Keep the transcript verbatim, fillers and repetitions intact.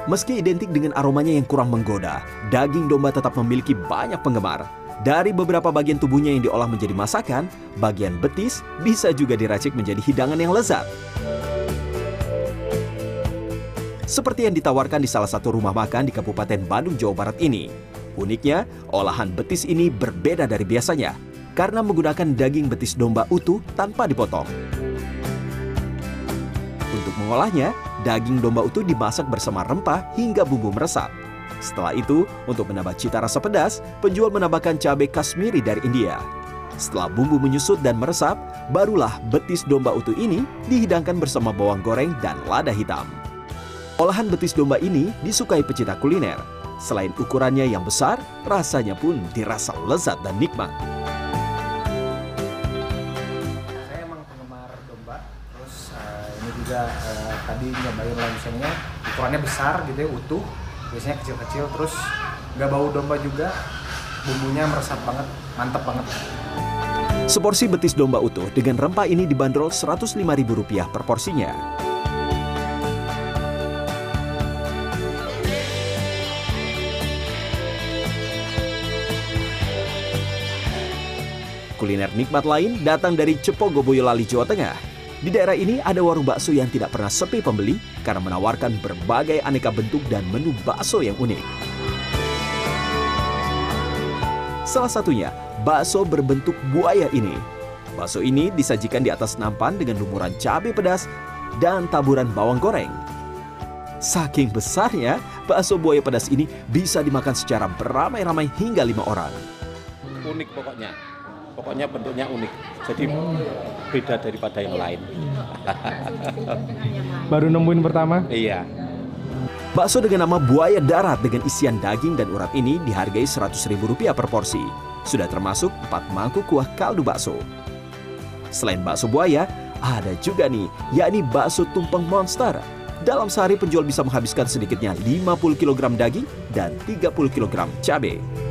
Meski identik dengan aromanya yang kurang menggoda, daging domba tetap memiliki banyak penggemar. Dari beberapa bagian tubuhnya yang diolah menjadi masakan, bagian betis bisa juga diracik menjadi hidangan yang lezat. Seperti yang ditawarkan di salah satu rumah makan di Kabupaten Bandung, Jawa Barat ini. Uniknya, olahan betis ini berbeda dari biasanya karena menggunakan daging betis domba utuh tanpa dipotong. Untuk mengolahnya, daging domba utuh dimasak bersama rempah hingga bumbu meresap. Setelah itu, untuk menambah cita rasa pedas, penjual menambahkan cabai Kashmiri dari India. Setelah bumbu menyusut dan meresap, barulah betis domba utuh ini dihidangkan bersama bawang goreng dan lada hitam. Olahan betis domba ini disukai pecinta kuliner. Selain ukurannya yang besar, rasanya pun dirasa lezat dan nikmat. Saya emang penggemar domba, terus uh, ini juga uh, tadi nyobain langsungnya, ukurannya besar gitu ya, utuh. Biasanya kecil-kecil, terus nggak bau domba juga, bumbunya meresap banget, mantep banget. Seporsi betis domba utuh dengan rempah ini dibanderol seratus lima ribu rupiah per porsinya. Kuliner nikmat lain datang dari Cepogo, Boyolali, Jawa Tengah. Di daerah ini ada warung bakso yang tidak pernah sepi pembeli karena menawarkan berbagai aneka bentuk dan menu bakso yang unik. Salah satunya, bakso berbentuk buaya ini. Bakso ini disajikan di atas nampan dengan lumuran cabai pedas dan taburan bawang goreng. Saking besarnya, bakso buaya pedas ini bisa dimakan secara beramai-ramai hingga lima orang. Unik pokoknya. Pokoknya bentuknya unik, jadi beda daripada yang lain. Baru nemuin pertama? Iya. Bakso dengan nama buaya darat dengan isian daging dan urat ini dihargai seratus ribu rupiah per porsi. Sudah termasuk empat mangkuk kuah kaldu bakso. Selain bakso buaya, ada juga nih, yakni bakso tumpeng monster. Dalam sehari penjual bisa menghabiskan sedikitnya lima puluh kilogram daging dan tiga puluh kilogram cabai.